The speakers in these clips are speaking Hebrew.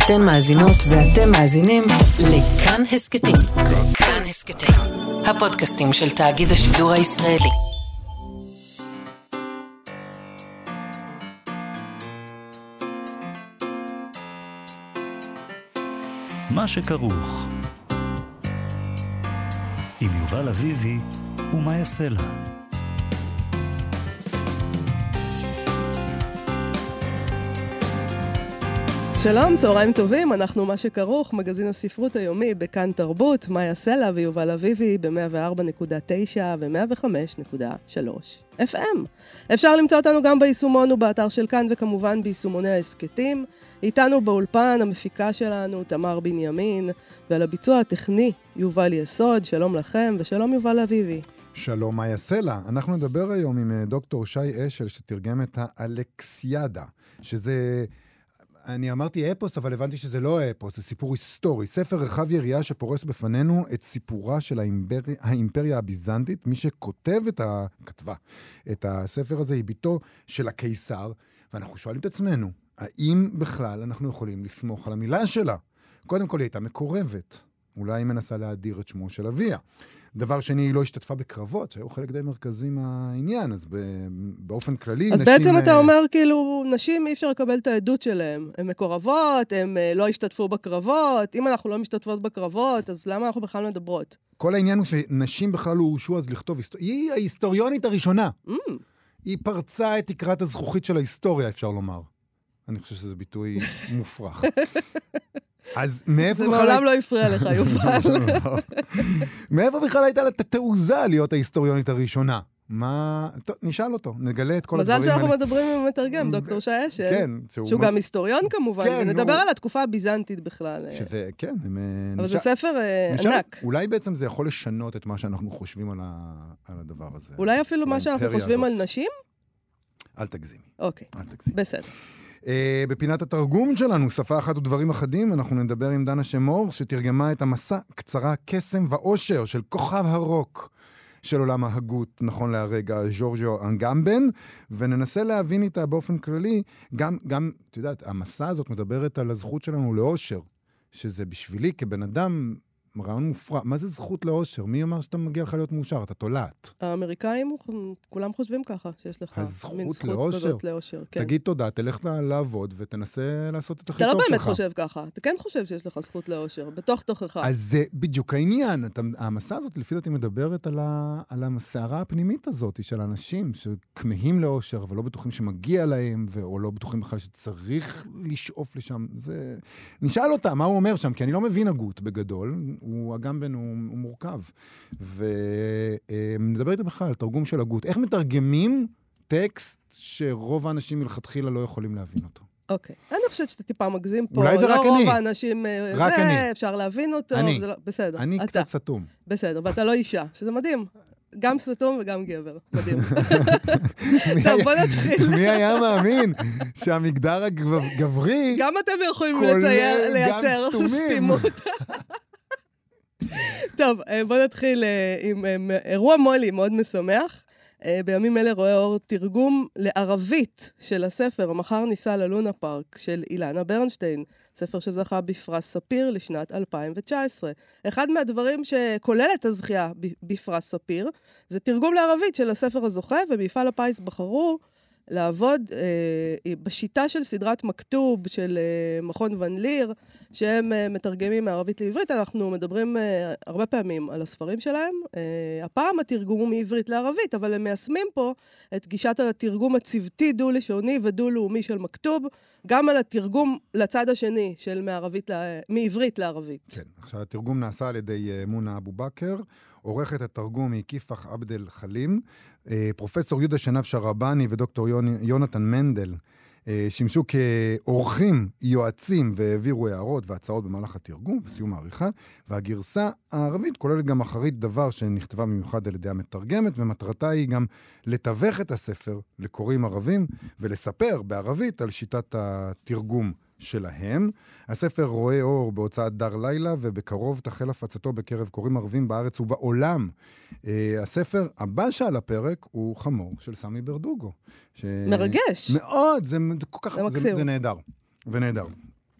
אתן מאזינות ואתם מאזינים לכאן הסקטים. כאן הסקטים, הפודקאסטים של תאגיד השידור הישראלי. מה שכרוך עם יובל אביבי ומה יעשה לה. שלום, צהריים טובים, אנחנו מה שכרוך, מגזין הספרות היומי בכאן תרבות, מה יעשה לה ויובל אביבי ב-104.9 ו-105.3 FM. אפשר למצוא אותנו גם ביישומון ובאתר של כאן וכמובן ביישומוני ההסקטים. איתנו באולפן המפיקה שלנו תמר בנימין, ועל הביצוע הטכני יובל יסוד. שלום לכם ושלום יובל אביבי. שלום, מה יעשה לה? אנחנו נדבר היום עם דוקטור שי אשל שתרגם את האלקסיאדה, שזה... אני אמרתי אפוס, אבל הבנתי שזה לא אפוס, זה סיפור היסטורי. ספר רחב יריעה שפורס בפנינו את סיפורה של האימפריה הביזנטית. מי שכתבה את הספר הזה היא ביתו של הקיסר, ואנחנו שואלים את עצמנו, האם בכלל אנחנו יכולים לסמוך על המילה שלה? קודם כל היא הייתה מקורבת. אולי היא מנסה להדיר את שמו של אביה. דבר שני, היא לא השתתפה בקרבות, שהיו חלק די מרכזי מהעניין, אז באופן כללי... אז בעצם אתה אומר, כאילו, נשים אי אפשר לקבל את העדות שלהם. הן מקורבות, הן לא השתתפו בקרבות. אם אנחנו לא משתתפות בקרבות, אז למה אנחנו בכלל מדברות? כל העניין הוא שנשים בכלל לא הורשו אז לכתוב... היא ההיסטוריונית הראשונה. היא פרצה את תקרת הזכוכית של ההיסטוריה, אפשר לומר. אני חושב שזה ביטוי מופרך. אז מאיפה זה מעולם לא הפריע לך, יובל. מאיפה בכלל הייתה לה את התעוזה להיות ההיסטוריונית הראשונה? מה... טוב, נשאל אותו, נגלה את כל הדברים. מזל שאנחנו מדברים עם המתרגם, דוקטור שי אשל. כן. שהוא גם היסטוריון כמובן, ונדבר על התקופה הביזנטית בכלל. שזה, כן. אבל זה ספר ענק. אולי בעצם זה יכול לשנות את מה שאנחנו חושבים על הדבר הזה. אולי אפילו מה שאנחנו חושבים על נשים? אל תגזימי. אוקיי, בסדר. בפינת התרגום שלנו, שפה אחת ודברים אחדים, אנחנו נדבר עם דנה שמור, שתרגמה את המסע קצרה קסם ואושר של כוכב הרוק של עולם ההגות, נכון להרגע, ז'ורג'ו אנגמבן, וננסה להבין איתה באופן כללי, גם, את יודעת, המסע הזאת מדברת על הזכות שלנו לאושר, שזה בשבילי כבן אדם... רעיון מופרע. מה זה זכות לאושר? מי אומר שאתה מגיע לך להיות מאושר? אתה תולעת. האמריקאים, כולם חושבים ככה, שיש לך מין זכות כזאת לאושר. תגיד תודה, תלך לעבוד ותנסה לעשות את הכי טוב שלך. אתה לא באמת חושב ככה. אתה כן חושב שיש לך זכות לאושר, בתוך תוכך. אז זה בדיוק העניין. המסע הזאת, לפי דעתי, מדברת על הסערה הפנימית הזאת של אנשים שכמהים לאושר, אבל לא בטוחים שמגיע להם, או לא בטוחים בכלל שצריך לשאוף לשם. נשאל אותה מה הוא אומר שם, כי אני לא מבין הגות בגדול. אגמבן הוא מורכב. ונדבר איתה בכלל על תרגום של הגות. איך מתרגמים טקסט שרוב האנשים מלכתחילה לא יכולים להבין אותו? אוקיי. אני חושבת שאתה טיפה מגזים פה. אולי זה רק אני. לא רוב האנשים... רק אני. אפשר להבין אותו. אני. בסדר. אני קצת סתום. בסדר, ואתה לא אישה, שזה מדהים. גם סתום וגם גבר. מדהים. טוב, בוא נתחיל. מי היה מאמין שהמגדר הגברי... גם אתם יכולים לייצר סתימות. טוב, בוא נתחיל עם אירוע מולי מאוד משמח. בימים אלה רואה אור תרגום לערבית של הספר המחר ניסה ללונה פארק של אילנה ברנשטיין, ספר שזכה בפרס ספיר לשנת 2019. אחד מהדברים שכולל את הזכייה בפרס ספיר זה תרגום לערבית של הספר הזוכה, ומפעל הפיס בחרו לעבוד בשיטה של סדרת מכתוב של מכון ון ליר, שהם מתרגמים מערבית לעברית. אנחנו מדברים הרבה פעמים על הספרים שלהם. הפעם התרגום הוא מעברית לערבית, אבל הם מיישמים פה את גישת התרגום הצבתי דו-לשוני ודו-לאומי של מכתוב, גם על התרגום לצד השני של מעברית לערבית. כן, עכשיו התרגום נעשה על ידי מונה אבו בכר, עורכת התרגום היא כיפח עבד אל חלים, פרופסור יהודה שנב שרבני ודוקטור יונתן מנדל, שימשו כאורחים, יועצים והעבירו הערות והצעות במהלך התרגום וסיום העריכה, והגרסה הערבית כוללת גם אחרית דבר שנכתבה במיוחד על ידי המתרגמת, ומטרתה היא גם לתווך את הספר לקוראים ערבים ולספר בערבית על שיטת התרגום שלהם. הספר רואה אור בהוצאת דר לילה, ובקרוב תחל הפצתו בקרב קוראים ערבים בארץ ובעולם. הספר הבא שעל הפרק הוא חמור של סמי ברדוגו. מרגש. מאוד, זה כל כך, זה נהדר. ונהדר.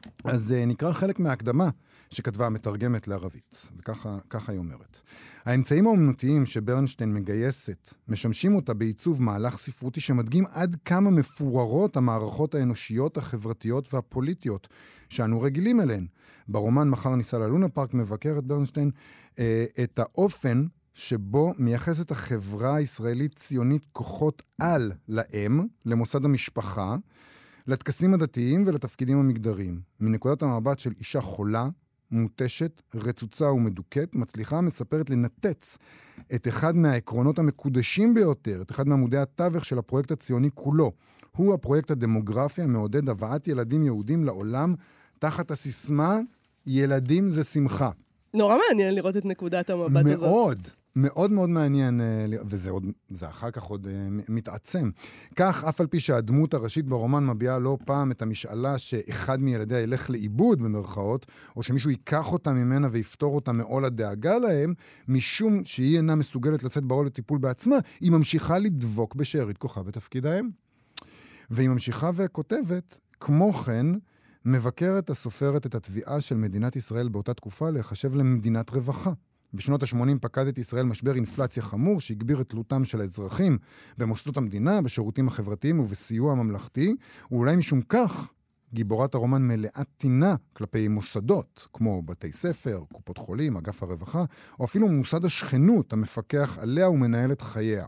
אז נקרא חלק מההקדמה שכתבה המתרגמת לערבית, וככה היא אומרת. האמצעים האומנותיים שברנשטיין מגייסת, משמשים אותה בעיצוב מהלך ספרותי שמדגים עד כמה מפוררות המערכות האנושיות, החברתיות והפוליטיות שאנו רגילים אליהן. ברומן מחר ניסה ללונה פארק מבקרת ברנשטיין את האופן שבו מייחסת החברה הישראלית ציונית כוחות על לאם, למוסד המשפחה, לטקסים הדתיים ולתפקידים המגדריים. מנקודת המבט של אישה חולה, מוטשת, רצוצה ומדוכאת, מצליחה המספרת לנתץ את אחד מהעקרונות המקודשים ביותר, את אחד מעמודי התווך של הפרויקט הציוני כולו. הוא הפרויקט הדמוגרפי המעודד הבאת ילדים יהודים לעולם, תחת הסיסמה, ילדים זה שמחה. נורא מעניין לראות את נקודת המבט הזאת. מאוד. מאוד מאוד מעניין, וזה אחר כך עוד מתעצם. כך, אף על פי שהדמות הראשית ברומן מביעה לא פעם את המשאלה שאחד מילדיה ילך לאיבוד במרכאות, או שמישהו ייקח אותה ממנה ויפתור אותה מעול הדאגה להם, משום שהיא אינה מסוגלת לצאת בעול לטיפול בעצמה, היא ממשיכה לדבוק בשארית כוחה בתפקיד האם. והיא ממשיכה וכותבת, כמו כן, מבקרת הסופרת את התביעה של מדינת ישראל באותה תקופה להיחשב למדינת רווחה. בשנות ה-80 פקד את ישראל משבר אינפלציה חמור שהגביר את תלותם של האזרחים במוסדות המדינה, בשירותים החברתיים ובסיוע הממלכתי, ואולי משום כך גיבורת הרומן מלאת טינה כלפי מוסדות, כמו בתי ספר, קופות חולים, אגף הרווחה, או אפילו מוסד השכנות המפקח עליה ומנהל את חייה.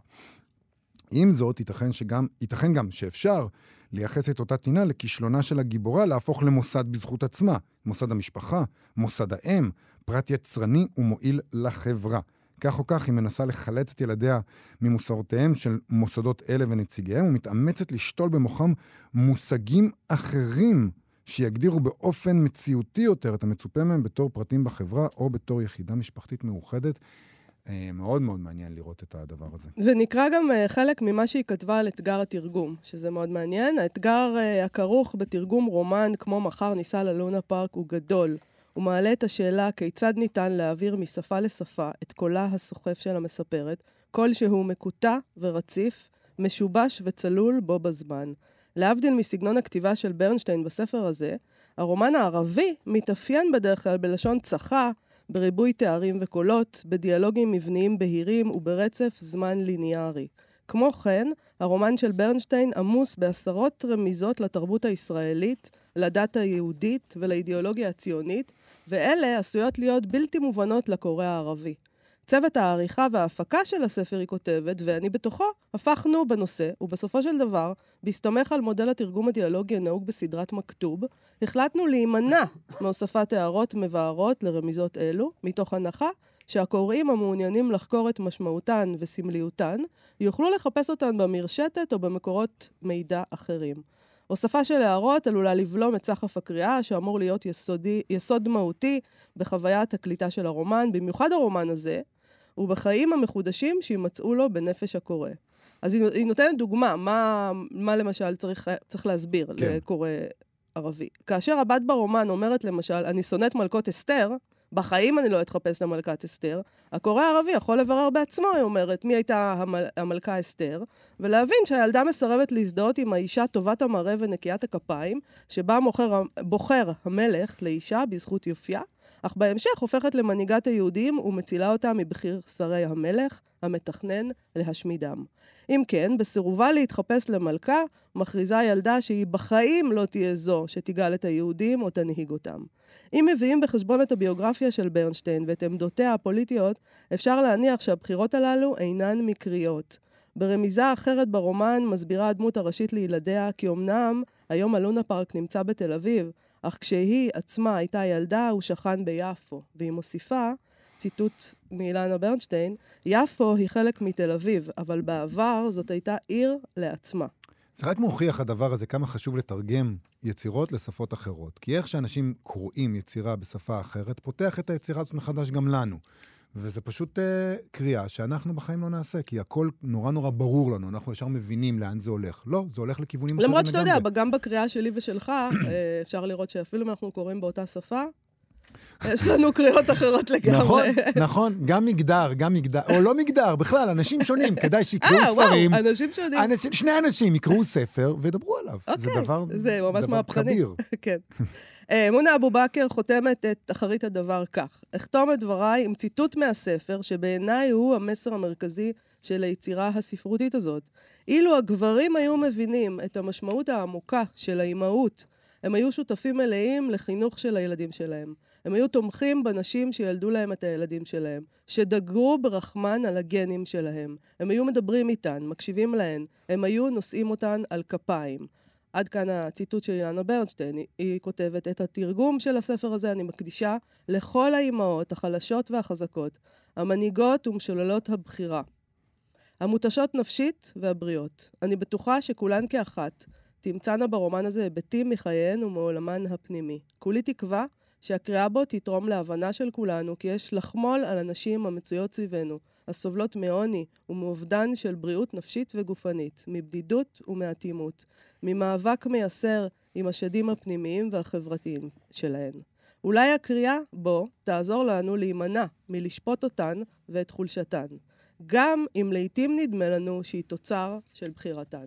עם זאת, ייתכן גם שאפשר לייחס את אותה טינה לכישלונה של הגיבורה להפוך למוסד בזכות עצמה, מוסד המשפחה, מוסד האם, פרט יצרני ומועיל לחברה. כך או כך היא מנסה לחלץ את ילדיה ממסורותיהם של מוסדות אלה ונציגיהם, ומתאמצת לשתול במוחם מושגים אחרים שיגדירו באופן מציאותי יותר את המצופה מהם בתור פרטים בחברה או בתור יחידה משפחתית מאוחדת. מאוד מאוד מעניין לראות את הדבר הזה. ונקרא גם חלק ממה שהיא כתבה על אתגר התרגום, שזה מאוד מעניין. האתגר הכרוך בתרגום רומן כמו מחר ניסה ללונה פארק הוא גדול. הוא מעלה את השאלה כיצד ניתן להעביר משפה לשפה את קולה הסוחף של המספרת, קול שהוא מקוטע ורציף, משובש וצלול בו בזמן. להבדיל מסגנון הכתיבה של ברנשטיין בספר הזה, הרומן הערבי מתאפיין בדרך כלל בלשון צחה, בריבוי תארים וקולות, בדיאלוגים מבניים בהירים וברצף זמן ליניארי. כמו כן, הרומן של ברנשטיין עמוס בעשרות רמיזות לתרבות הישראלית, לדת היהודית ולאידיאולוגיה הציונית, ואלה עשויות להיות בלתי מובנות לקורא הערבי. צוות העריכה וההפקה של הספר היא כותבת, ואני בתוכו, הפכנו בנושא, ובסופו של דבר, בהסתמך על מודל התרגום הדיאלוגי הנהוג בסדרת מכתוב, החלטנו להימנע מהוספת הערות מבארות לרמיזות אלו, מתוך הנחה שהקוראים המעוניינים לחקור את משמעותן וסמליותן, יוכלו לחפש אותן במרשתת או במקורות מידע אחרים. הוספה של הערות עלולה לבלום את סחף הקריאה, שאמור להיות יסוד מהותי בחוויית הקליטה של הרומן, במיוחד הרומן הזה, ובחיים המחודשים שימצאו לו בנפש הקורא. אז היא נותנת דוגמה, מה למשל צריך להסביר לקורא ערבי. כאשר הבת ברומן אומרת למשל, אני שונאת מלכות אסתר, בחיים אני לא אתחפש למלכת אסתר, הקורא הערבי יכול לברר בעצמו, היא אומרת, מי הייתה המלכה אסתר, ולהבין שהילדה מסרבת להזדהות עם האישה טובת המראה ונקיית הכפיים, שבה בוחר המלך לאישה בזכות יופייה, אך בהמשך הופכת למנהיגת היהודים ומצילה אותה מבחיר שרי המלך, המתכנן להשמידם. אם כן, בסירובה להתחפש למלכה, מכריזה ילדה שהיא בחיים לא תהיה זו שתיגל את היהודים או תנהיג אותם. אם מביאים בחשבון את הביוגרפיה של ברנשטיין ואת עמדותיה הפוליטיות, אפשר להניח שהבחירות הללו אינן מקריות. ברמיזה אחרת ברומן מסבירה הדמות הראשית לילדיה כי אמנם היום הלונה פארק נמצא בתל אביב, אך כשהיא עצמה הייתה ילדה הוא שכן ביפו, והיא מוסיפה, ציטוט מאילנה ברנשטיין, יפו היא חלק מתל אביב, אבל בעבר זאת הייתה עיר לעצמה. זה רק מוכיח הדבר הזה כמה חשוב לתרגם יצירות לשפות אחרות. כי איך שאנשים קוראים יצירה בשפה אחרת, פותח את היצירה הזאת מחדש גם לנו. וזה פשוט קריאה שאנחנו בחיים לא נעשה, כי הכל נורא נורא ברור לנו, אנחנו ישר מבינים לאן זה הולך. לא, זה הולך לכיוונים אחרים. למרות שאתה יודע, גם בקריאה שלי ושלך, אפשר לראות שאפילו אם אנחנו קוראים באותה שפה, יש לנו קריאות אחרות לגמרי. נכון, גם מגדר, או לא מגדר, בכלל, אנשים שונים, כדאי שיקראו ספרים. וואו, אנשים שונים. שני אנשים יקראו ספר וידברו עליו. זה דבר כביר. זה ממש מהפכני. כן. מונה אבו בכר חותמת את אחרית הדבר כך. אכתום את דבריי עם ציטוט מהספר, שבעיניי הוא המסר המרכזי של היצירה הספרותית הזאת. אילו הגברים היו מבינים את המשמעות העמוקה של האימהות, הם היו שותפים מלאים לחינוך של הילדים שלהם. הם היו תומכים בנשים שילדו להם את הילדים שלהם, שדגרו ברחמן על הגנים שלהם. הם היו מדברים איתן, מקשיבים להן, הם היו נושאים אותן על כפיים. עד כאן הציטוט של אילנה ברנשטיין. היא כותבת, את התרגום של הספר הזה אני מקדישה לכל האימהות החלשות והחזקות, המנהיגות ומשוללות הבחירה, המותשות נפשית והבריאות. אני בטוחה שכולן כאחת תמצאנה ברומן הזה היבטים מחייהן ומעולמן הפנימי. כולי תקווה שהקריאה בו תתרום להבנה של כולנו, כי יש לחמול על הנשים המצויות סביבנו, הסובלות מעוני ומאובדן של בריאות נפשית וגופנית, מבדידות ומאטימות, ממאבק מייסר עם השדים הפנימיים והחברתיים שלהן. אולי הקריאה בו תעזור לנו להימנע מלשפוט אותן ואת חולשתן, גם אם לעתים נדמה לנו שהיא תוצר של בחירתן.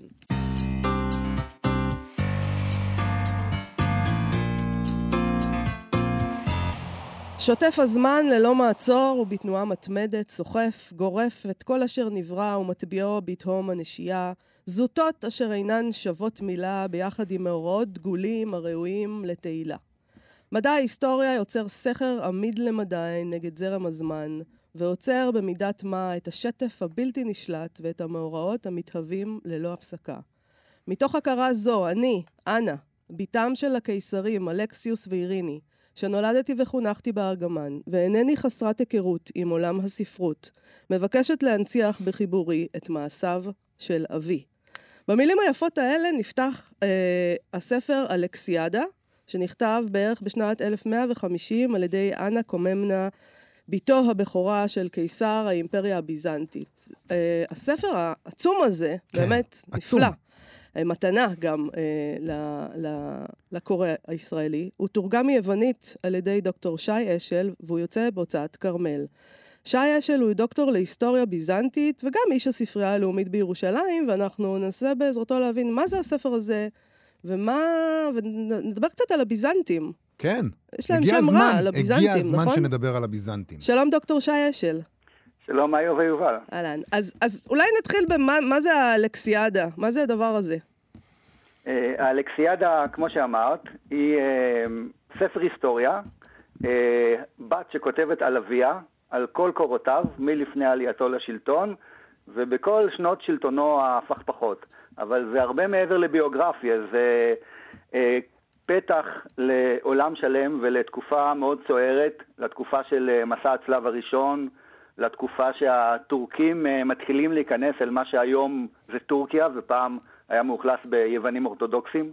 שוטף הזמן ללא מעצור ובתנועה מתמדת, סוחף, גורף את כל אשר נברא ומטביעו בתהום הנשייה, זוטות אשר אינן שוות מילה ביחד עם מאורעות דגולים הראויים לתהילה. מדע ההיסטוריה יוצר סכר עמיד למדי נגד זרם הזמן, ועוצר במידת מה את השטף הבלתי נשלט ואת המאורעות המתהווים ללא הפסקה. מתוך הכרה זו, אני, אנה, ביתם של הקיסרים, אלכסיוס ואיריני, שנולדתי וחונכתי בארגמן, ואינני חסרת היכרות עם עולם הספרות, מבקשת להנציח בחיבורי את מעשיו של אבי. במילים היפות האלה נפתח הספר אלכסיאדה, שנכתב בערך בשנת 1150 על ידי אנה קוממנה, ביתו הבכורה של קיסר האימפריה הביזנטית. הספר העצום הזה, כן, באמת עצום. נפלא. מתנה גם לקורא הישראלי. הוא תורגם מיוונית על ידי דוקטור שי אשל, והוא יוצא בהוצאת כרמל. שי אשל הוא דוקטור להיסטוריה ביזנטית, וגם איש הספרייה הלאומית בירושלים, ואנחנו ננסה בעזרתו להבין מה זה הספר הזה, ונדבר קצת על הביזנטים. כן. יש להם שם רע, על הביזנטים, נכון? הגיע הזמן שנדבר על הביזנטים. שלום דוקטור שי אשל. שלום, מאיו ויובל. אהלן. אז אולי נתחיל במה זה האלכסיאדה? מה זה הדבר הזה? האלכסיאדה, כמו שאמרת, היא ספר היסטוריה, בת שכותבת על אביה, על כל קורותיו, מלפני עלייתו לשלטון, ובכל שנות שלטונו הפכפכות. אבל זה הרבה מעבר לביוגרפיה, זה פתח לעולם שלם ולתקופה מאוד סוערת, לתקופה של מסע הצלב הראשון, לתקופה שהטורקים מתחילים להיכנס אל מה שהיום זה טורקיה, ופעם היה מאוכלס ביוונים אורתודוקסים.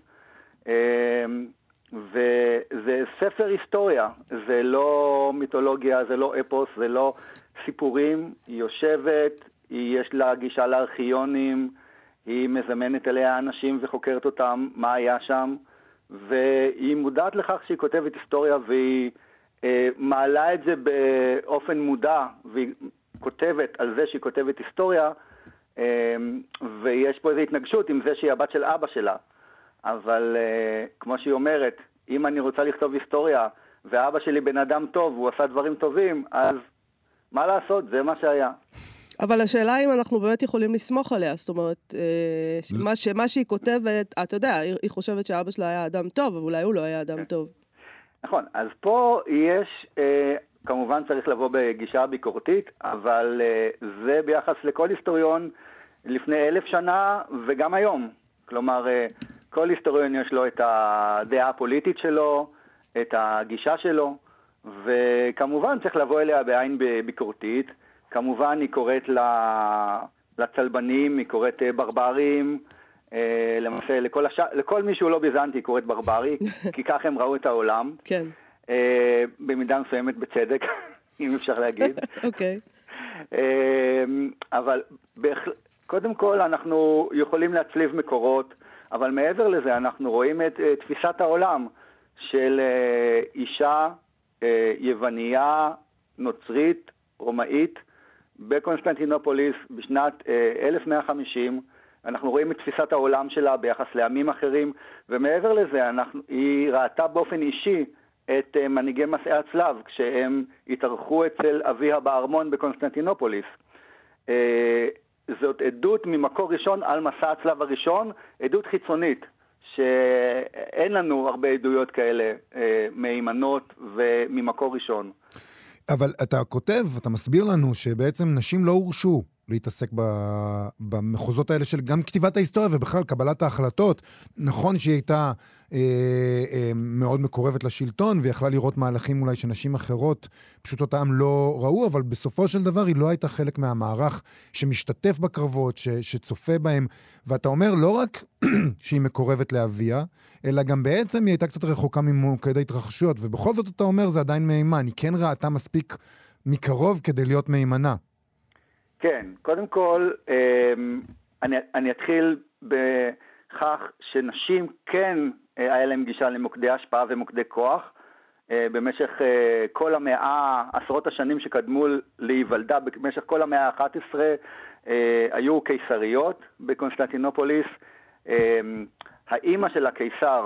וזה ספר היסטוריה, זה לא מיתולוגיה, זה לא אפוס, זה לא סיפורים. היא יושבת, יש לה גישה לארכיונים, היא מזמנת אליה אנשים וחוקרת אותם, מה היה שם, והיא מודעת לכך שהיא כותבת היסטוריה, והיא מעלה את זה באופן מודע, והיא כותבת על זה שהיא כותבת היסטוריה, ויש פה איזו התנגשות עם זה שהיא הבת של אבא שלה. אבל כמו שהיא אומרת, אם אני רוצה לכתוב היסטוריה, ואבא שלי בן אדם טוב, הוא עשה דברים טובים, אז מה לעשות? זה מה שהיה. אבל השאלה אם אנחנו באמת יכולים לסמוך עליה, זאת אומרת, מה שהיא כותבת, אתה יודע, היא חושבת שאבא שלה היה אדם טוב, אבל אולי הוא לא היה אדם טוב. נכון, אז פה יש, כמובן צריך לבוא בגישה ביקורתית, אבל זה ביחס לכל היסטוריון לפני 1000 שנה וגם היום. כלומר, כל היסטוריון יש לו את הדעה הפוליטית שלו, את הגישה שלו, וכמובן צריך לבוא אליה בעין ביקורתית. כמובן היא קוראת לצלבנים, היא קוראת ברברים, למעשה לכל מי שהוא לא ביזנטי היא קוראת ברברי, כי כך הם ראו את העולם. כן. במידה מסוימת בצדק, אם אפשר להגיד. אוקיי. אבל קודם כל אנחנו יכולים להצליב מקורות, אבל מעבר לזה אנחנו רואים את תפיסת העולם של אישה יווניה, נוצרית, רומאית, בקונסטנטינופוליס בשנת 1150. אנחנו רואים את תפיסת העולם שלה ביחס לעמים אחרים, ומעבר לזה היא ראתה באופן אישי את מנהיגי מסעי הצלב כשהם התארחו אצל אביה בארמון בקונסטנטינופוליס. זאת עדות ממקור ראשון על מסע הצלב הראשון, עדות חיצונית, שאין לנו הרבה עדויות כאלה מהימנות וממקור ראשון. אבל אתה כותב, אתה מסביר לנו שבעצם נשים לא הורשו להתעסק במחוזות האלה של גם כתיבת ההיסטוריה ובכלל קבלת ההחלטות. נכון שהיא הייתה מאוד מקורבת לשלטון ויכלה לראות מהלכים אולי שנשים אחרות פשוט אותם לא ראו, אבל בסופו של דבר היא לא הייתה חלק מהמערך שמשתתף בקרבות, שצופה בהם. ואתה אומר לא רק שהיא מקורבת לאביה, אלא גם בעצם היא הייתה קצת רחוקה ממוקד ההתרחשויות, ובכל זאת אתה אומר זה עדיין מהימן, היא כן ראתה מספיק מקרוב כדי להיות מהימנה. כן, קודם כל, אני אתחיל בכך שנשים כן היה להם גישה למוקדי השפעה ומוקדי כוח. במשך כל המאה, עשרות השנים שקדמו להיוולדה, במשך כל המאה ה-11 היו קיסריות בקונסטנטינופוליס. האימא של הקיסר,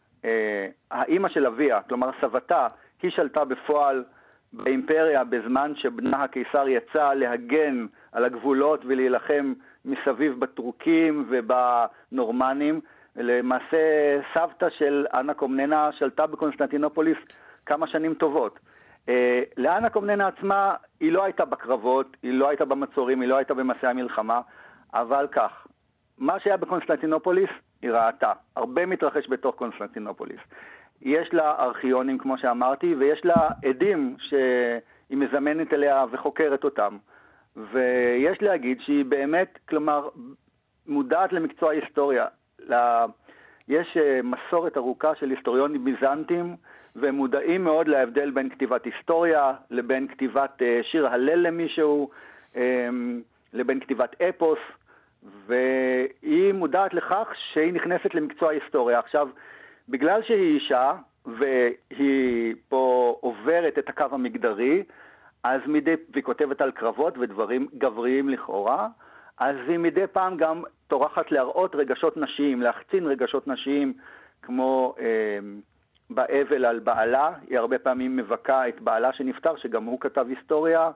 האימא של אביה, כלומר סבתה, היא שלטה בפועל באימפריה בזמן שבנה הקיסר יצא להגן על הגבולות ולהילחם מסביב בטורקים ובנורמנים. למעשה סבתא של אנה קומננה שלטה בקונסטנטינופוליס כמה שנים טובות. לאנה קומננה עצמה היא לא הייתה בקרבות, היא לא הייתה במצורים, היא לא הייתה במסעי המלחמה, אבל כך, מה שהיה בקונסטנטינופוליס היא ראתה. הרבה מתרחש בתוך קונסטנטינופוליס. יש לה ארכיונים, כמו שאמרתי, ויש לה עדים שהיא מזמנת אליה וחוקרת אותם. ויש להגיד שהיא באמת, כלומר, מודעת למקצוע ההיסטוריה. יש מסורת ארוכה של היסטוריונים ביזנטים, והם מודעים מאוד להבדל בין כתיבת היסטוריה, לבין כתיבת שיר הלל למישהו, לבין כתיבת אפוס, והיא מודעת לכך שהיא נכנסת למקצוע ההיסטוריה. עכשיו, בגלל שהיא אישה, והיא פה עוברת את הקו המגדרי, אז והיא כותבת על קרבות ודברים גבריים לכאורה, אז היא מדי פעם גם טורחת להראות רגשות נשיים, להחצין רגשות נשיים, כמו באבל על בעלה. היא הרבה פעמים מבכה את בעלה שנפטר, שגם הוא כתב היסטוריה.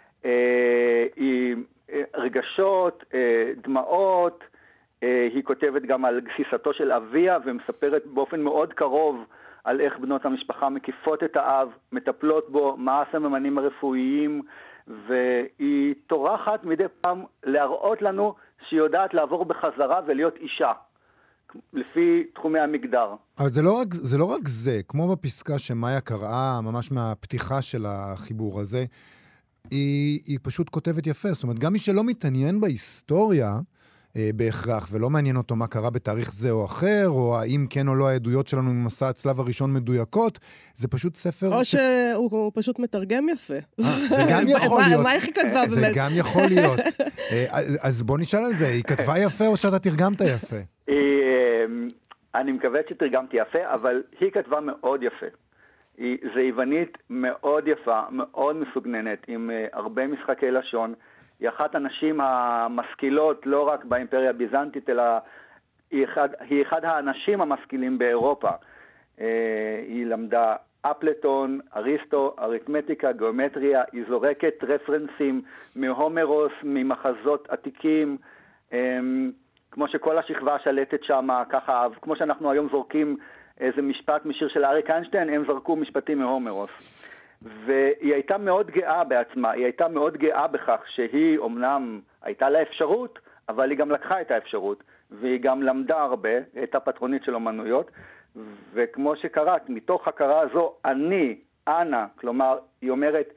היא רגשות, דמעות, היא כותבת גם על גסיסתו של אביה, ומספרת באופן מאוד קרוב על איך בנות המשפחה מקיפות את האב, מטפלות בו, מה הסממנים הרפואיים, והיא טורחת מדי פעם להראות לנו שהיא יודעת לעבור בחזרה ולהיות אישה, לפי תחומי המגדר. אבל זה לא רק זה, כמו בפסקה שמאיה קראה, ממש מהפתיחה של החיבור הזה, היא פשוט כותבת יפה. זאת אומרת, גם מי שלא מתעניין בהיסטוריה, בהכרח, ולא מעניין אותו מה קרה בתאריך זה או אחר, או האם כן או לא העדויות שלנו ממסע הצלב הראשון מדויקות, זה פשוט ספר... או שהוא פשוט מתרגם יפה. זה גם יכול להיות. מה איך היא כתבה באמת? זה גם יכול להיות. אז בוא נשאל על זה, היא כתבה יפה או שאתה תרגמת יפה? אני מקווה שתרגמתי יפה, אבל היא כתבה מאוד יפה. זה יוונית מאוד יפה, מאוד מסוגננת, עם הרבה משחקי לשון. היא אחת הנשים המשכילות לא רק באימפריה הביזנטית, אלא היא אחד האנשים המשכילים באירופה. היא למדה אפלטון, אריסטו, אריתמטיקה, גיאומטריה, היא זורקת רפרנסים מהומרוס, ממחזות עתיקים, כמו שכל השכבה שלטת שם, ככה, כמו שאנחנו היום זורקים איזה משפט משיר של אריק איינשטיין, הם זרקו משפטים מהומרוס. והיא הייתה מאוד גאה בעצמה, היא הייתה מאוד גאה בכך שהיא אומנם הייתה לה אפשרות, אבל היא גם לקחה את האפשרות, והיא גם למדה הרבה, הייתה פטרונית של אומנויות, וכמו שקראת, מתוך הכרה הזו, אנה, כלומר, היא אומרת,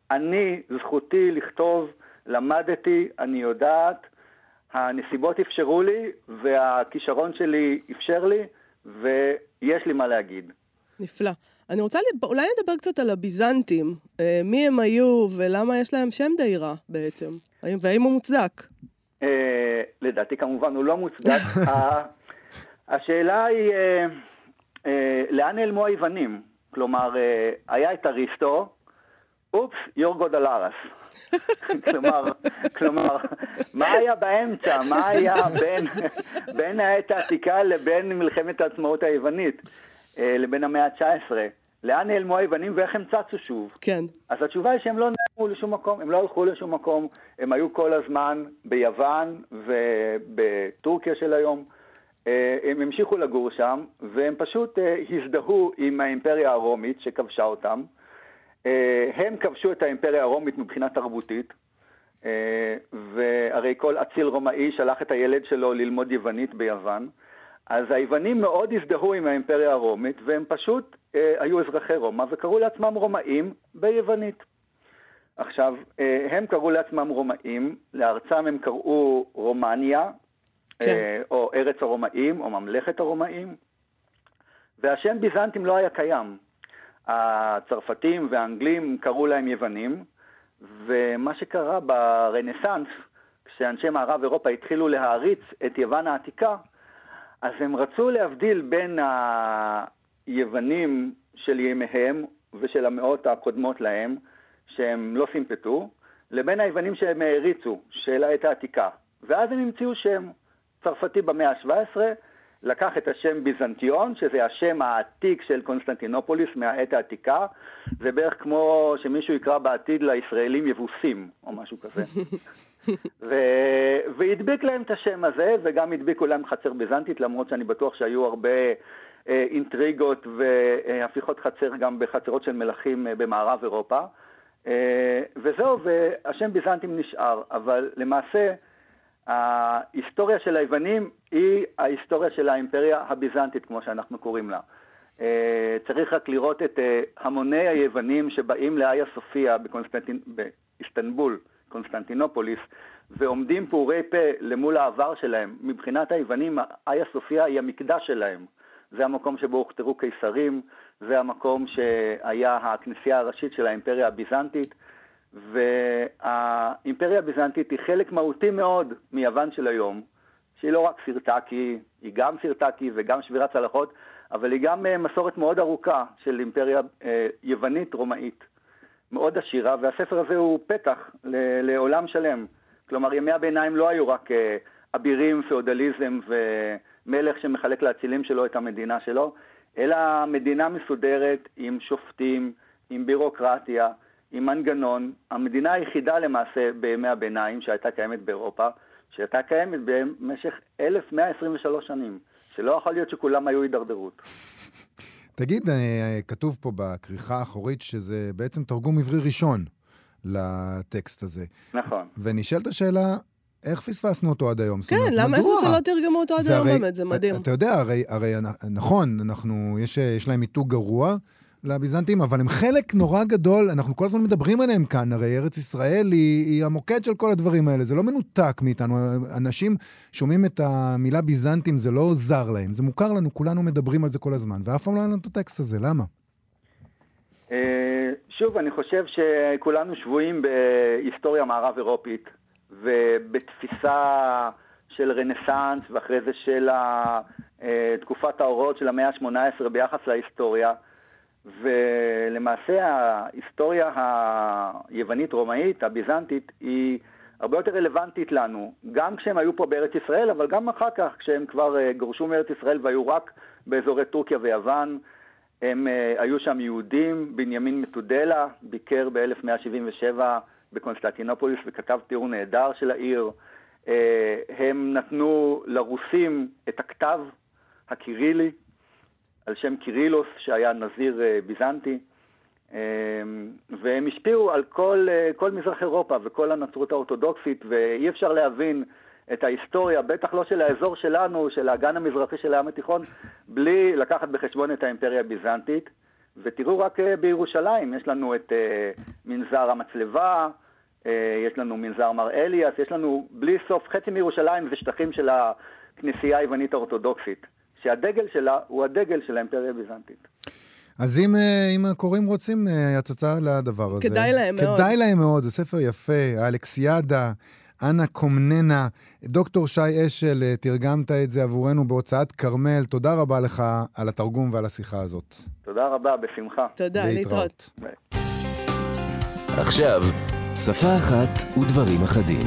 זכותי לכתוב, למדתי, אני יודעת, הנסיבות אפשרו לי, והכישרון שלי אפשר לי, ויש לי מה להגיד. נפלא. אני רוצה, אולי נדבר קצת על הביזנטים. מי הם היו ולמה יש להם שם די רע בעצם? והאם הוא מוצדק? לדעתי כמובן הוא לא מוצדק. השאלה היא, לאן נעלמו היוונים? כלומר, היה את אריסטו, אופס, יורגו דלרס. כלומר, מה היה באמצע? מה היה בין העת העתיקה לבין מלחמת העצמאות היוונית, לבין המאה ה-19? לאן נעלמו היוונים ואיך הם צצו שוב? כן. אז התשובה היא שהם לא נעלמו לשום מקום, הם לא הלכו לשום מקום, הם היו כל הזמן ביוון ובטורקיה של היום, הם המשיכו לגור שם, והם פשוט הזדהו עם האימפריה הרומית שכבשה אותם. הם כבשו את האימפריה הרומית מבחינה תרבותית, והרי כל אציל רומאי שלח את הילד שלו ללמוד יוונית ביוון, אז היוונים מאוד הזדהו עם האימפריה הרומית, והם פשוט היו אזרחי רומא, וקראו לעצמם רומאים ביוונית. עכשיו, הם קראו לעצמם רומאים, לארצם הם קראו רומניה, או ארץ הרומאים, או ממלכת הרומאים, והשם ביזנטים לא היה קיים. הצרפתים והאנגלים קראו להם יוונים, ומה שקרה ברנסנס, כשאנשי מערב אירופה התחילו להעריץ את יוון העתיקה, אז הם רצו להבדיל בין היוונים של ימיהם ושל המאות הקודמות להם, שהם לא סימפטו, לבין היוונים שהם העריצו, של העת העתיקה. ואז הם המציאו שם צרפתי במאה ה-17, לקח את השם ביזנטיון, שזה השם העתיק של קונסטנטינופוליס מהעת העתיקה, זה בערך כמו שמישהו יקרא בעתיד לישראלים יבוסים, או משהו כזה. והדביק להם את השם הזה, וגם הדביקו להם חצר ביזנטית, למרות שאני בטוח שהיו הרבה אינטריגות והפיכות חצר גם בחצרות של מלכים במערב אירופה. וזהו, והשם ביזנטים נשאר, אבל למעשה ההיסטוריה של היוונים היא ההיסטוריה של האימפריה הביזנטית, כמו שאנחנו קוראים לה. צריך רק לראות את המוני היוונים שבאים לאיה סופיה באיסטנבול, קונסטנטינופוליס, ועומדים פעורי פה למול העבר שלהם. מבחינת היוונים, איה סופיה היא המקדש שלהם. זה המקום שבו הוכתרו קיסרים, זה המקום שהיה הכנסייה הראשית של האימפריה הביזנטית, והאימפריה הביזנטית היא חלק מהותי מאוד מיוון של היום, שהיא לא רק סירטקי, היא גם סירטקי וגם שבירת צלחות, אבל היא גם מסורת מאוד ארוכה של אימפריה יוונית רומאית, מאוד עשירה, והספר הזה הוא פתח לעולם שלם. כלומר, ימי הביניים לא היו רק אבירים, פאודליזם ומלך שמחלק לאצילים שלו את המדינה שלו, אלא מדינה מסודרת עם שופטים, עם בירוקרטיה, עם מנגנון. המדינה היחידה למעשה בימי הביניים שהייתה קיימת באירופה, שהייתה קיימת במשך 1123 שנים, שלא יכול להיות שכולם היו הידרדרות. תגיד, כתוב פה בכריכה האחורית שזה בעצם תרגום עברי ראשון לטקסט הזה. נכון. ונשאלת השאלה, איך פספסנו אותו עד היום? כן, למה איך זה שלא תרגמו אותו עד היום באמת? זה מדהים. אתה יודע, הרי נכון, יש להם מיתוג גרוע לביזנטים, אבל הם חלק נורא גדול, אנחנו כל הזמן מדברים עליהם כאן, הרי ארץ ישראל היא המוקד של כל הדברים האלה, זה לא מנותק מאיתנו, אנשים שומעים את המילה ביזנטים, זה לא זר להם, זה מוכר לנו, כולנו מדברים על זה כל הזמן, ואף פעם לא היה לנו את הטקסט הזה, למה? שוב, אני חושב שכולנו שבויים בהיסטוריה מערב אירופית, ובתפיסה של רנסנס, ואחרי זה של תקופת האורות של המאה ה-18 ביחס להיסטוריה, ולמעשה ההיסטוריה היוונית-רומאית, הביזנטית, היא הרבה יותר רלוונטית לנו, גם כשהם היו פה בארץ ישראל, אבל גם אחר כך, כשהם כבר גורשו מארץ ישראל והיו רק באזורי טורקיה ויוון. הם היו שם יהודים, בנימין מתודלה, ביקר ב-1177 בקונסטנטינופוליס וכתב תיאור נהדר של העיר. הם נתנו לרוסים את הכתב הקירילי, על שם קירילוס שהיה נזיר ביזנטי, והם השפיעו על כל מזרח אירופה וכל הנצרות האורתודוקסית, ואי אפשר להבין את ההיסטוריה, בטח לא של האזור שלנו, של האגן המזרחי של הים התיכון, בלי לקחת בחשבון את האימפריה הביזנטית. ותראו רק בירושלים, יש לנו את מנזר המצלבה, יש לנו מנזר מר אליאס, יש לנו בלי סוף חצי מירושלים זה שטחים של הכנסייה היוונית האורתודוקסית, שהדגל שלה הוא הדגל של האימפריה הביזנטית. אז אם הקוראים רוצים הצצה לדבר הזה, כדאי להם מאוד. כדאי להם מאוד, זה ספר יפה, האלכסיאדה, אנה קומננה. דוקטור שי אשל, תרגמת את זה עבורנו בהוצאת כרמל. תודה רבה לך על התרגום ועל השיחה הזאת. תודה רבה, בשמחה. תודה, להתראות. עכשיו, שפה אחת ודברים אחדים.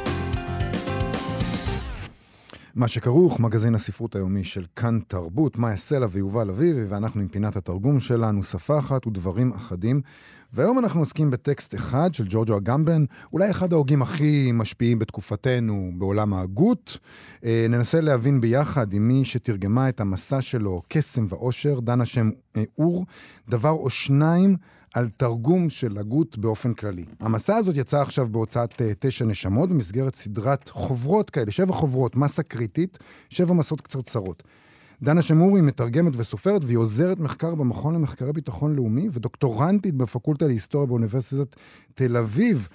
מה שכרוך, מגזין הספרות היומי של כאן תרבות, מאיה סלע ויובל אביבי, ואנחנו עם פינת התרגום שלנו, שפה אחת ודברים אחדים. והיום אנחנו עוסקים בטקסט אחד של ג'ורג'ו אגמבן, אולי אחד ההוגים הכי משפיעים בתקופתנו בעולם ההגות. ננסה להבין ביחד עם מי שתרגמה את המסע שלו, קסם ואושר, דנה שם אור, דבר או שניים, על תרגום של הגות באופן כללי. המסע הזאת יצא עכשיו בהוצאת 9 נשמות, במסגרת סדרת חוברות כאלה, 7 חוברות, מסה קריטית, 7 מסות קצרצרות. דנה שמורי מתרגמת וסופרת, והיא עוזרת מחקר במכון למחקרי ביטחון לאומי, ודוקטורנטית בפקולטה להיסטוריה באוניברסיטת תל אביב.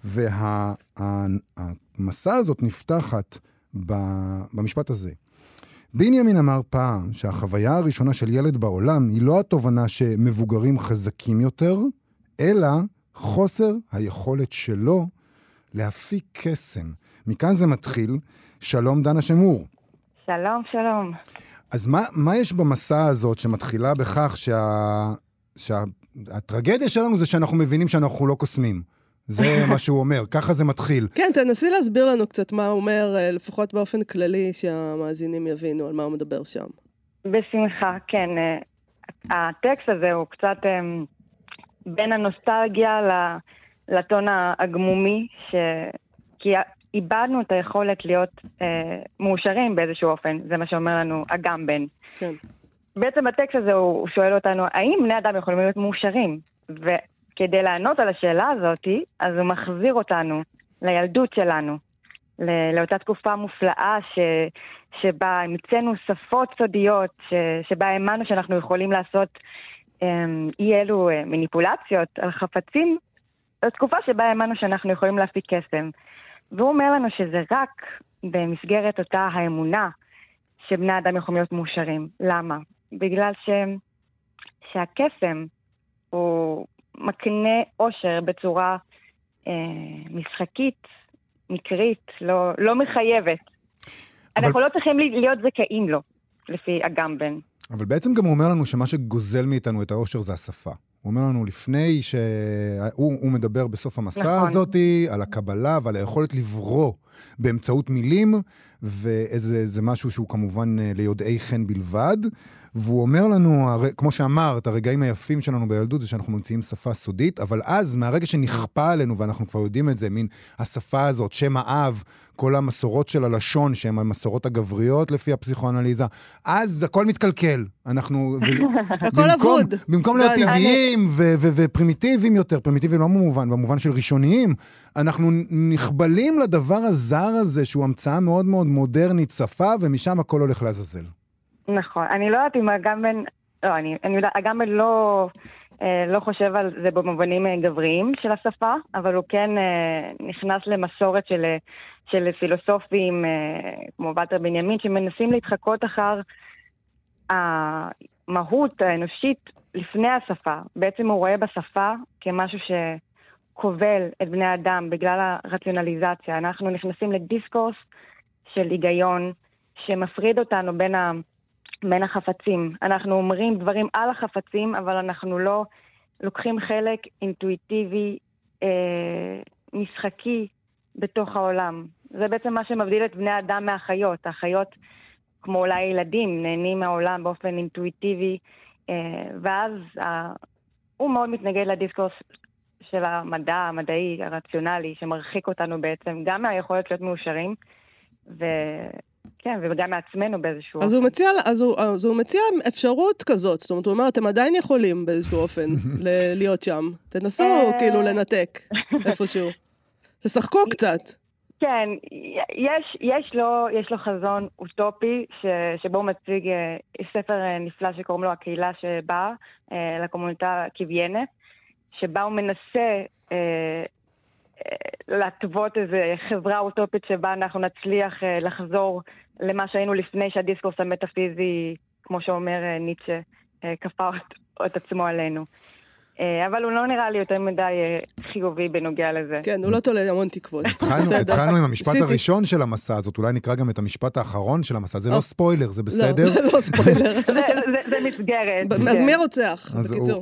והמסע הזאת נפתחת במשפט הזה. בנימין אמר פעם שהחוויה הראשונה של ילד בעולם היא לא התובנה שמבוגרים חזקים יותר, אלא חוסר היכולת שלו להפיק קסם. מכאן זה מתחיל. שלום דנה שמור. שלום, שלום. אז מה יש במסע הזאת שמתחילה בכך שהטרגדיה שלנו זה שאנחנו מבינים שאנחנו לא קוסמים? זה מה שהוא אומר, ככה זה מתחיל. כן, תנסי להסביר לנו קצת מה הוא אומר, לפחות באופן כללי, שהמאזינים יבינו על מה הוא מדבר שם. בשמחה, כן. הטקסט הזה הוא קצת בין הנוסטלגיה לטון הגמומי, כי איבדנו את היכולת להיות מאושרים באיזשהו אופן, זה מה שאומר לנו אגמבן. כן. בעצם הטקסט הזה הוא שואל אותנו, האם בני אדם יכולים להיות מאושרים? כדי לענות על השאלה הזאת, אז הוא מחזיר אותנו לילדות שלנו, לאותה תקופה מופלאה שבה המצאנו שפות סודיות, שבה האמנו שאנחנו יכולים לעשות אי אלו מניפולציות על חפצים, זו תקופה שבה האמנו שאנחנו יכולים להפיק קסם. והוא אומר לנו שזה רק במסגרת אותה האמונה שבני אדם יכולים להיות מאושרים. למה? בגלל שהקסם הוא מקנה אושר בצורה משחקית, מקרית, לא מחייבת. אנחנו לא צריכים להיות זכאים לו, לפי אגמבן. אבל בעצם גם הוא אומר לנו שמה שגוזל מאיתנו את האושר זה השפה. הוא אומר לנו לפני שהוא מדבר בסוף המסע הזאת על הקבלה ועל היכולת לברוא באמצעות מילים, וזה משהו שהוא כמובן ליודעי חן בלבד, והוא אומר לנו, כמו שאמרת, הרגעים היפים שלנו בילדות זה שאנחנו ממציאים שפה סודית, אבל אז מהרגע שנכפה עלינו, ואנחנו כבר יודעים את זה, מין השפה הזאת, שם האב, כל המסורות של הלשון, שהן המסורות הגבריות לפי הפסיכואנליזה, אז הכל מתקלקל. אנחנו... הכל אבוד. במקום להיות טבעיים ופרימיטיביים יותר, פרימיטיביים לא במובן של ראשוניים, אנחנו נכבלים לדבר הזר הזה, שהוא המצאה מאוד מאוד מודרנית, שפה, ומשם הכל הולך לעזאזל. נכון, אני לא יודעת אם אגמבן, אגמבן לא חושב על זה במובנים גבריים של השפה, אבל הוא כן נכנס למסורת של פילוסופים כמו ולטר בנימין, שמנסים להתחקות אחר המהות האנושית לפני השפה. בעצם הוא רואה בשפה כמשהו שכובל את בני האדם בגלל הרציונליזציה. אנחנו נכנסים לדיסקורס של היגיון שמפריד אותנו בין החפצים. אנחנו אומרים דברים על החפצים, אבל אנחנו לא לוקחים חלק אינטואיטיבי, משחקי בתוך העולם. זה בעצם מה שמבדיל את בני האדם מהחיות. החיות, כמו אולי ילדים, נהנים מהעולם באופן אינטואיטיבי, ואז הוא מאוד מתנגד לדיסקורס של המדע, המדעי, הרציונלי, שמרחיק אותנו בעצם גם מהיכולת להיות מאושרים, כן, וגם מעצמנו באיזשהו אופן. אז הוא מציע אפשרות כזאת, זאת אומרת, הוא אומר, אתם עדיין יכולים באיזשהו אופן להיות שם. תנסו כאילו לנתק איפשהו. תשחקו קצת. כן, יש לו חזון אוטופי, שבו הוא מציג ספר נפלא שקוראים לו הקהילה שבאה, לקומוניטה קוויינה, שבה הוא מנסה להתוות איזו חברה אוטופית שבה אנחנו נצליח לחזור למה שהיינו לפני שהדיסקורס המטאפיזי, כמו שאומר ניטשה, כפה את עצמו עלינו. אבל הוא לא נראה לי יותר מדי חיובי בנוגע לזה. כן, הוא לא תולה המון תקוות. התחלנו עם המשפט הראשון של המסע הזאת, אולי נקרא גם את המשפט האחרון של המסע, זה לא ספוילר, זה בסדר? לא, זה לא ספוילר. זה מסגרת. אז מי רוצח, בקיצור?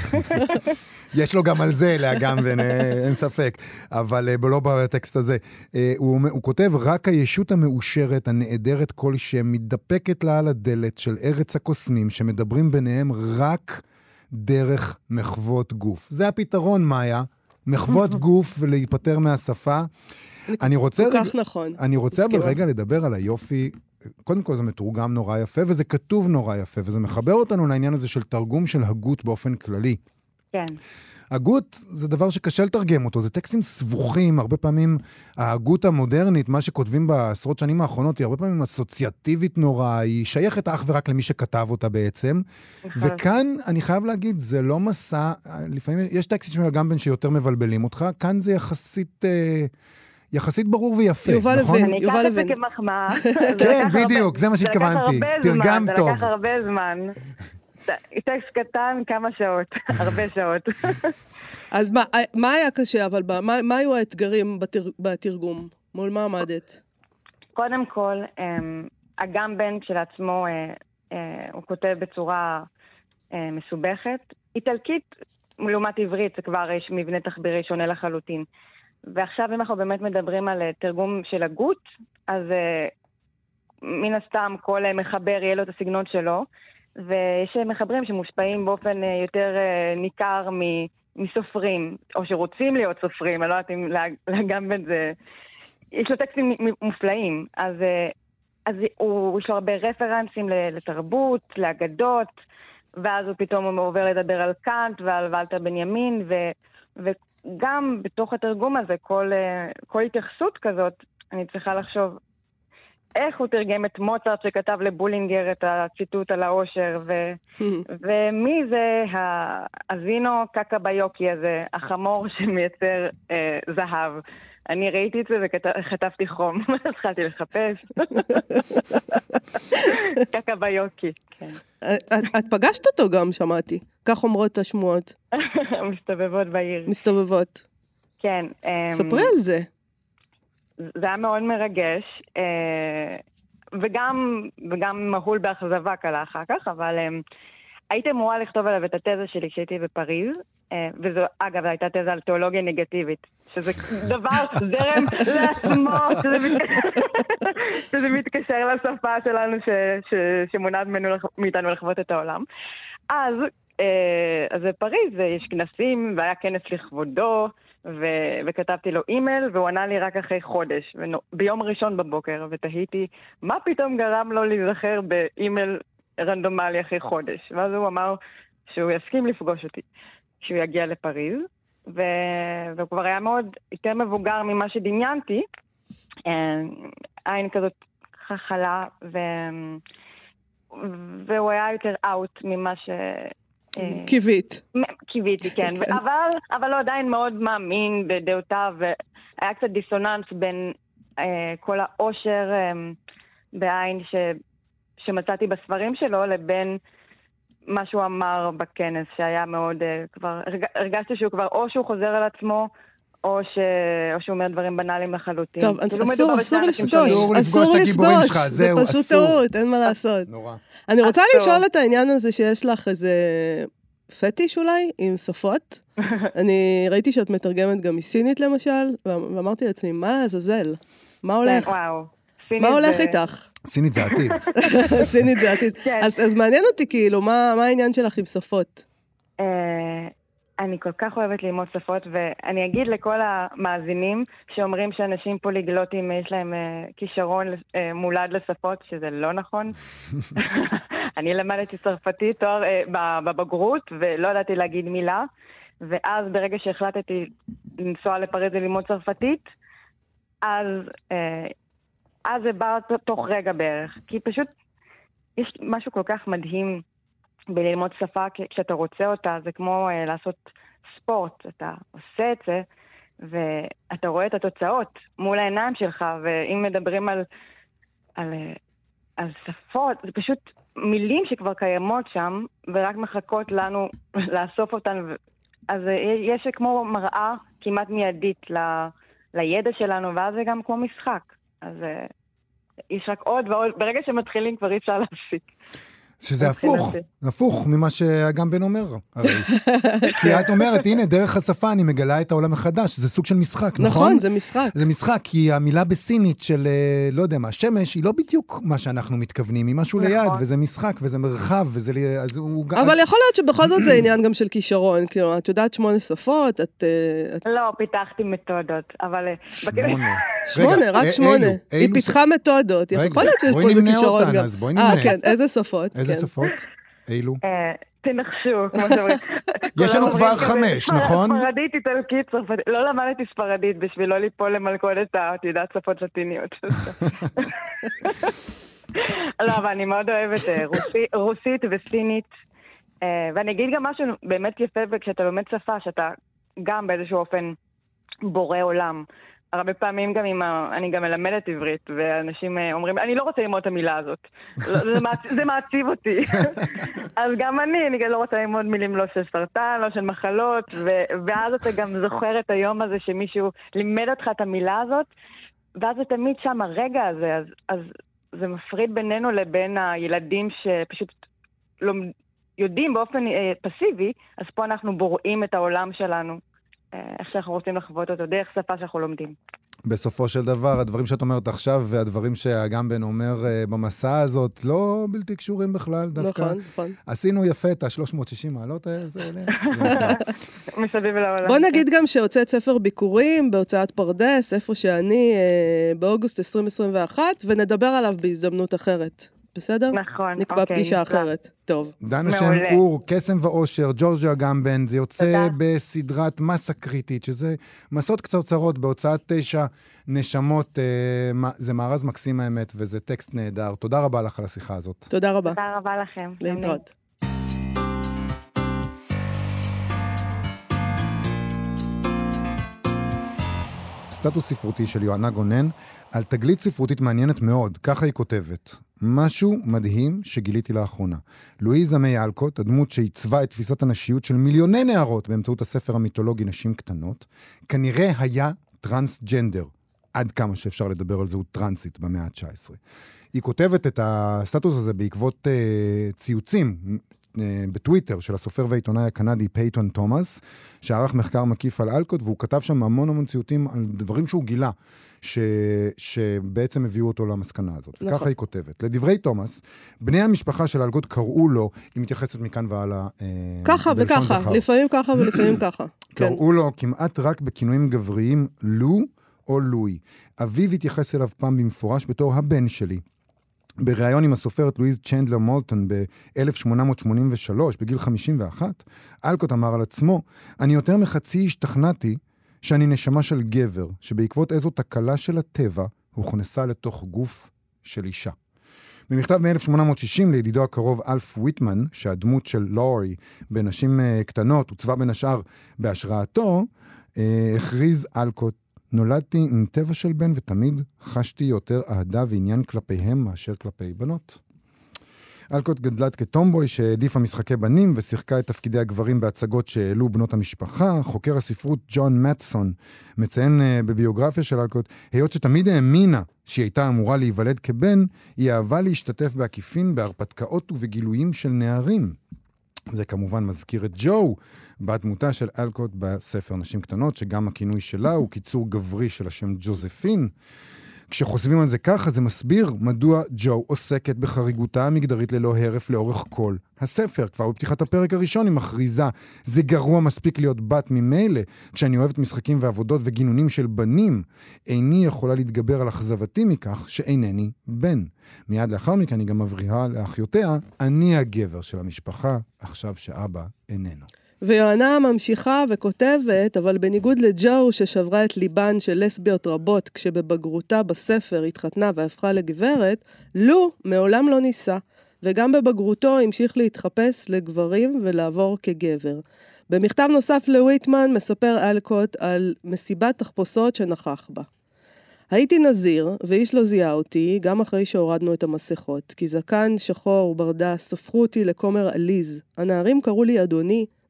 יש לו גם על זה לאגם, אין ספק, אבל לא בטקסט הזה. הוא כותב, רק הישות המאושרת, הנעדרת כל שם, מתדפקת לה על הדלת של ארץ הקוסמים, שמדברים ביניהם רק דרך מחוות גוף. זה הפתרון, מאיה, מחוות גוף ולהיפטר מהשפה. אני רוצה אבל רגע לדבר על היופי. קודם כל זה מתורגם נורא יפה, וזה כתוב נורא יפה, וזה מחבר אותנו לעניין הזה של תרגום של הגות באופן כללי. כן. הגות זה דבר שקשה לתרגם אותו, זה טקסטים סבוכים, הרבה פעמים ההגות המודרנית, מה שכותבים בעשרות שנים האחרונות, היא הרבה פעמים אסוציאטיבית נורא, היא שייכת אך ורק למי שכתב אותה בעצם, וכאן אני חייב להגיד, זה לא מסע, לפעמים יש טקסטים של אגמבן שיותר מבלבלים אותך, כאן זה יחסית ברור ויפה, נכון? אני אקח את זה כמחמאה. כן, בדיוק, זה מה שהתכוונתי, תרגם טוב. זה לקח הרבה זמן. טקסט קטן, כמה שעות, הרבה שעות. אז מה היה קשה, אבל מה היו האתגרים בתרגום? מול מה עמדת? קודם כל, אגמבן כשלעצמו, הוא כותב בצורה מסובכת. איטלקית, לעומת עברית, זה כבר יש מבנה תחבירי שונה לחלוטין. ועכשיו אם אנחנו באמת מדברים על תרגום של הגות, אז מן הסתם כל מחבר יהיה לו את הסגנון שלו, ויש מחברים שמושפעים באופן יותר ניכר מסופרים, או שרוצים להיות סופרים, אני לא יודעת אם לאגמבן זה... יש לו טקסטים מופלאים, אז יש לו הרבה רפרנסים לתרבות, לאגדות, ואז הוא פתאום עובר לדבר על קאנט ועל ולטר בנימין, וגם בתוך התרגום הזה, כל התייחסות כזאת, אני צריכה לחשוב איך הוא תרגם את מוצרט שכתב לבולינגר את הציטוט על האושר, ומי זה האזינו קקביוקי הזה, החמור שמייצר זהב. אני ראיתי את זה וכתבתי חום, התחלתי לחפש. קקביוקי, כן. את פגשת אותו גם, שמעתי. כך אומרות השמועות. מסתובבות בעיר. מסתובבות. כן. ספרי על זה. זה היה מאוד מרגש, וגם מהול באכזבה קלה אחר כך, אבל הייתי אמורה לכתוב עליו את התזה שלי כשהייתי בפריז, וזו, אגב, הייתה תזה על תיאולוגיה נגטיבית, שזה דבר זרם לעצמו, שזה מתקשר לשפה שלנו שמונעת מאיתנו לחוות את העולם. אז בפריז יש כנסים, והיה כנס לכבודו, וכתבתי לו אימייל, והוא ענה לי רק אחרי חודש, ביום ראשון בבוקר, ותהיתי, מה פתאום גרם לו להיזכר באימייל רנדומלי אחרי חודש? ואז הוא אמר שהוא יסכים לפגוש אותי, שהוא יגיע לפריז, והוא כבר היה מאוד יותר מבוגר ממה שדמיינתי, עין כזאת חלה, והוא היה יותר אאוט ממה ש... קיוויתי, כן. אבל הוא עדיין מאוד מאמין בדעותיו, והיה קצת דיסוננס בין כל העושר בעין שמצאתי בספרים שלו, לבין מה שהוא אמר בכנס, שהיה מאוד, כבר, הרגשתי שהוא כבר, או שהוא חוזר על עצמו, או שהוא אומר דברים בנאליים לחלוטין. טוב, אסור לפגוש את הגיבורים שלך, זהו, אסור. זה פשוט טעות, אין מה לעשות. נורא. אני רוצה לשאול את העניין הזה שיש לך איזה פטיש אולי, עם שפות. אני ראיתי שאת מתרגמת גם מסינית למשל, ואמרתי לעצמי, מה לעזאזל? מה הולך? מה הולך איתך? סינית זה עתיד. סינית זה עתיד. אז מעניין אותי כאילו, מה העניין שלך עם שפות? אני כל כך אוהבת ללמוד שפות, ואני אגיד לכל המאזינים שאומרים שאנשים פוליגלוטים יש להם כישרון מולד לשפות, שזה לא נכון. אני למדתי צרפתית תואר בבגרות, ולא ידעתי להגיד מילה, ואז ברגע שהחלטתי לנסוע לפריז וללמוד צרפתית, אז זה בא תוך רגע בערך, כי פשוט יש משהו כל כך מדהים בללמוד שפה כשאתה רוצה אותה, זה כמו לעשות ספורט, אתה עושה את זה, ואתה רואה את התוצאות מול העיניים שלך, ואם מדברים על שפות, זה פשוט מילים שכבר קיימות שם, ורק מחכות לנו לאסוף אותן אז יש כמו מראה כמעט מיידית לידע שלנו, ואז זה גם כמו משחק. אז יש רק עוד ועוד, ברגע שמתחילים כבר אי אפשר להפסיק. שזה הפוך ממה שאגמבן אומר, הרי. כי את אומרת, הנה, דרך השפה אני מגלה את העולם החדש, זה סוג של משחק, נכון? נכון, זה משחק. זה משחק, כי המילה בסינית של, לא יודע מה, שמש, היא לא בדיוק מה שאנחנו מתכוונים, היא משהו ליד, וזה משחק, וזה מרחב, וזה... אבל יכול להיות שבכל זאת זה עניין גם של כישרון, כאילו, את יודעת 8 שפות, לא, פיתחתי מתודות, אבל... 8, רק 8. היא פיתחה מתודות, יכול להיות שיש פה איזה כישרון גם. אז בואי נמנה. כן, איזה שפות? איזה שפות? אילו? תנחשו, כמו שאומרים. יש לנו כבר 5, נכון? ספרדית, איטלקית, צרפתית. לא למדתי ספרדית בשביל לא ליפול למלכודת העתידת שפות לטיניות. לא, אבל אני מאוד אוהבת רוסית וסינית. ואני אגיד גם משהו באמת יפה, וכשאתה לומד שפה, שאתה גם באיזשהו אופן בורא עולם. הרבה פעמים גם אני גם מלמדת עברית, ואנשים אומרים, אני לא רוצה ללמוד את המילה הזאת. זה מעציב אותי. אז גם אני לא רוצה ללמוד מילים לא של סרטן, לא של מחלות, ואז אתה גם זוכר את היום הזה שמישהו לימד אותך את המילה הזאת, ואז זה תמיד שם הרגע הזה, אז זה מפריד בינינו לבין הילדים שפשוט יודעים באופן פסיבי, אז פה אנחנו בוראים את העולם שלנו. איך שאנחנו רוצים לחוות אותו, דרך שפה שאנחנו לומדים. בסופו של דבר, הדברים שאת אומרת עכשיו, והדברים שאגמבן אומר במסע הזאת, לא בלתי קשורים בכלל, דווקא. נכון, נכון. עשינו יפה את ה-360 מעלות האלה. מסביב לעולם. בוא נגיד גם שהוצאת ספר ביקורים, בהוצאת פרדס, איפה שאני, באוגוסט 2021, ונדבר עליו בהזדמנות אחרת. בסדר? נכון. נקבע פגישה אחרת. טוב. דנה שם אור, קסם ואושר, ג'ורג'יה אגמבן, זה יוצא בסדרת מסה קריטית, שזה מסעות קצרצרות בהוצאת 9 נשמות, זה מארז מקסים האמת, וזה טקסט נהדר. תודה רבה לך על השיחה הזאת. תודה רבה. תודה רבה לכם. להתראות. סטטוס ספרותי של יוענה גונן על תגלית ספרותית מעניינת מאוד, ככה היא כותבת. משהו מדהים שגיליתי לאחרונה. לואיזה מיי אלקוט, הדמות שעיצבה את תפיסת הנשיות של מיליוני נערות באמצעות הספר המיתולוגי נשים קטנות, כנראה היה טרנסג'נדר. עד כמה שאפשר לדבר על זה, הוא טרנסית במאה ה-19. היא כותבת את הסטטוס הזה בעקבות ציוצים בטוויטר של הסופר והעיתונאי הקנדי פייטון תומאס, שערך מחקר מקיף על אלקוט, והוא כתב שם המון ציוצים על דברים שהוא גילה, שבעצם הביאו אותו למסקנה הזאת. וככה היא כותבת. לדברי תומאס, בני המשפחה של אלקוט קראו לו, היא מתייחסת מכאן והלאה, ככה וככה, לפעמים ככה ולפעמים ככה. קראו לו כמעט רק בכינויים גבריים לו או לואי. אביו התייחס אליו פעם במפורש בתור הבן שלי. בריאיון עם הסופרת לואיז צ'נדלר מולטון ב-1883, בגיל 51, אלקוט אמר על עצמו, אני יותר מחצי השתכנעתי שאני נשמה של גבר, שבעקבות איזו תקלה של הטבע, הוכנסה לתוך גוף של אישה. במכתב מ-1860 לידידו הקרוב אלף ויטמן, שהדמות של לורי בנשים קטנות הוצבה בין השאר בהשראתו, הכריז אלקוט, נולדתי עם טבע של בן ותמיד חשתי יותר אהדה ועניין כלפיהם מאשר כלפי בנות. אלקוט גדלת כטומבוי שהעדיפה משחקי בנים ושיחקה את תפקידי הגברים בהצגות שהעלו בנות המשפחה. חוקר הספרות ג'ון מאטסון מציין בביוגרפיה של אלקוט, היות שתמיד האמינה שהיא הייתה אמורה להיוולד כבן, היא אהבה להשתתף בעקיפין בהרפתקאות ובגילויים של נערים. זה כמובן מזכיר את ג'ו, בת דמותה של אלקוט בספר נשים קטנות, שגם הכינוי שלה הוא קיצור גברי של השם ג'וזפין. כשחושבים על זה ככה, זה מסביר מדוע ג'ו עוסקת בחריגותה המגדרית ללא הרף לאורך כל הספר. כבר בפתיחת הפרק הראשון היא מכריזה, זה גרוע מספיק להיות בת ממילא, כשאני אוהבת משחקים ועבודות וגינונים של בנים, איני יכולה להתגבר על אכזבתי מכך שאינני בן. מיד לאחר מכן אני גם מבריאה לאחיותיה, אני הגבר של המשפחה, עכשיו שאבא איננו. ויוענה ממשיכה וכותבת, אבל בניגוד לג'ו ששברה את ליבן של לסביות רבות כשבבגרותה בספר התחתנה והפכה לגברת, לו מעולם לא ניסה, וגם בבגרותו המשיך להתחפש לגברים ולעבור כגבר. במכתב נוסף לוויטמן מספר אלקוט על מסיבת תחפושות שנכח בה. הייתי נזיר, ואיש לא זיהה אותי, גם אחרי שהורדנו את המסכות, כי זקן, שחור וברדה ספחו אותי לכומר עליז. הנערים קראו לי אדוני,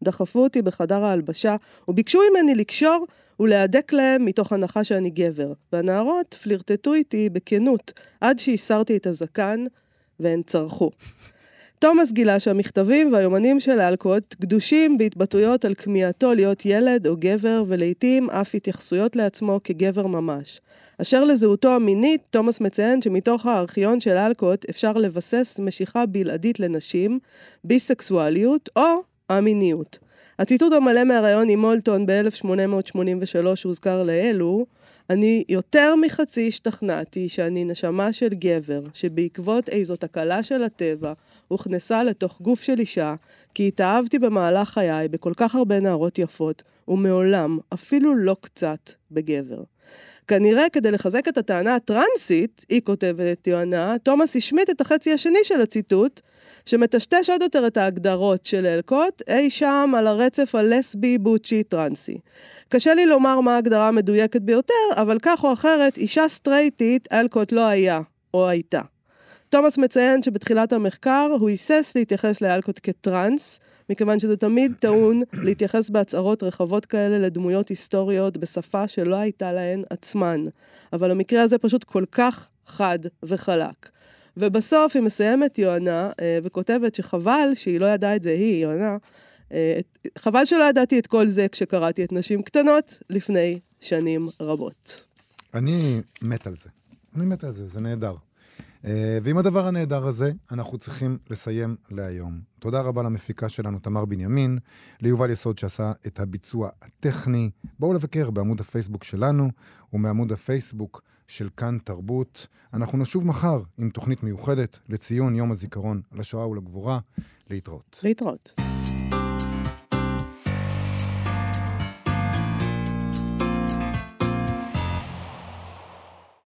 דחפו אותי בחדר ההלבשה, וביקשו ממני לקשור ולהדק להם מתוך הנחה שאני גבר. והנערות פלירטטו איתי בכנות, עד שהסרתי את הזקן, והן צרחו. תומאס גילה שהמכתבים והיומנים של אלקוט קדושים בהתבטאויות על כמיהתו להיות ילד או גבר, ולעיתים אף התייחסויות לעצמו כגבר ממש. אשר לזהותו המינית, תומאס מציין שמתוך הארכיון של אלקוט אפשר לבסס משיכה בלעדית לנשים, ביסקסואליות או המיניות. הציטוט המלא מהראיון עם מולטון ב-1883 שהוזכר לאלו, אני יותר מחצי השתכנעתי שאני נשמה של גבר, שבעקבות איזו תקלה של הטבע הוכנסה לתוך גוף של אישה, כי התאהבתי במהלך חיי בכל כך הרבה נערות יפות, ומעולם, אפילו לא קצת, בגבר. כנראה כדי לחזק את הטענה הטרנסית, היא כותבת יוהנה, תומאס השמיט את החצי השני של הציטוט, שמטשטש עוד יותר את ההגדרות של אלקוט, אי שם על הרצף הלסבי, בוצ'י, טרנסי. קשה לי לומר מה ההגדרה המדויקת ביותר, אבל כך או אחרת, אישה סטרייטית, אלקוט לא היה, או הייתה. תומאס מציין שבתחילת המחקר הוא היסס להתייחס לאלקוט כטרנס, מכיוון שזה תמיד טעון להתייחס בהצהרות רחבות כאלה לדמויות היסטוריות בשפה שלא הייתה להן עצמן. אבל המקרה הזה פשוט כל כך חד וחלק. ובסוף היא מסיימת יוהנה וכותבת שחבל שהיא לא ידעה את זה, היא יוהנה, חבל שלא ידעתי את כל זה כשקראתי את נשים קטנות לפני שנים רבות. אני מת על זה. זה נהדר. ועם הדבר הנהדר הזה, אנחנו צריכים לסיים להיום. תודה רבה למפיקה שלנו, תמר בנימין, ליובל יסוד שעשה את הביצוע הטכני. בואו לבקר בעמוד הפייסבוק שלנו, ומעמוד הפייסבוק של כאן תרבות. אנחנו נשוב מחר עם תוכנית מיוחדת לציון יום הזיכרון לשואה ולגבורה. להתראות. להתראות.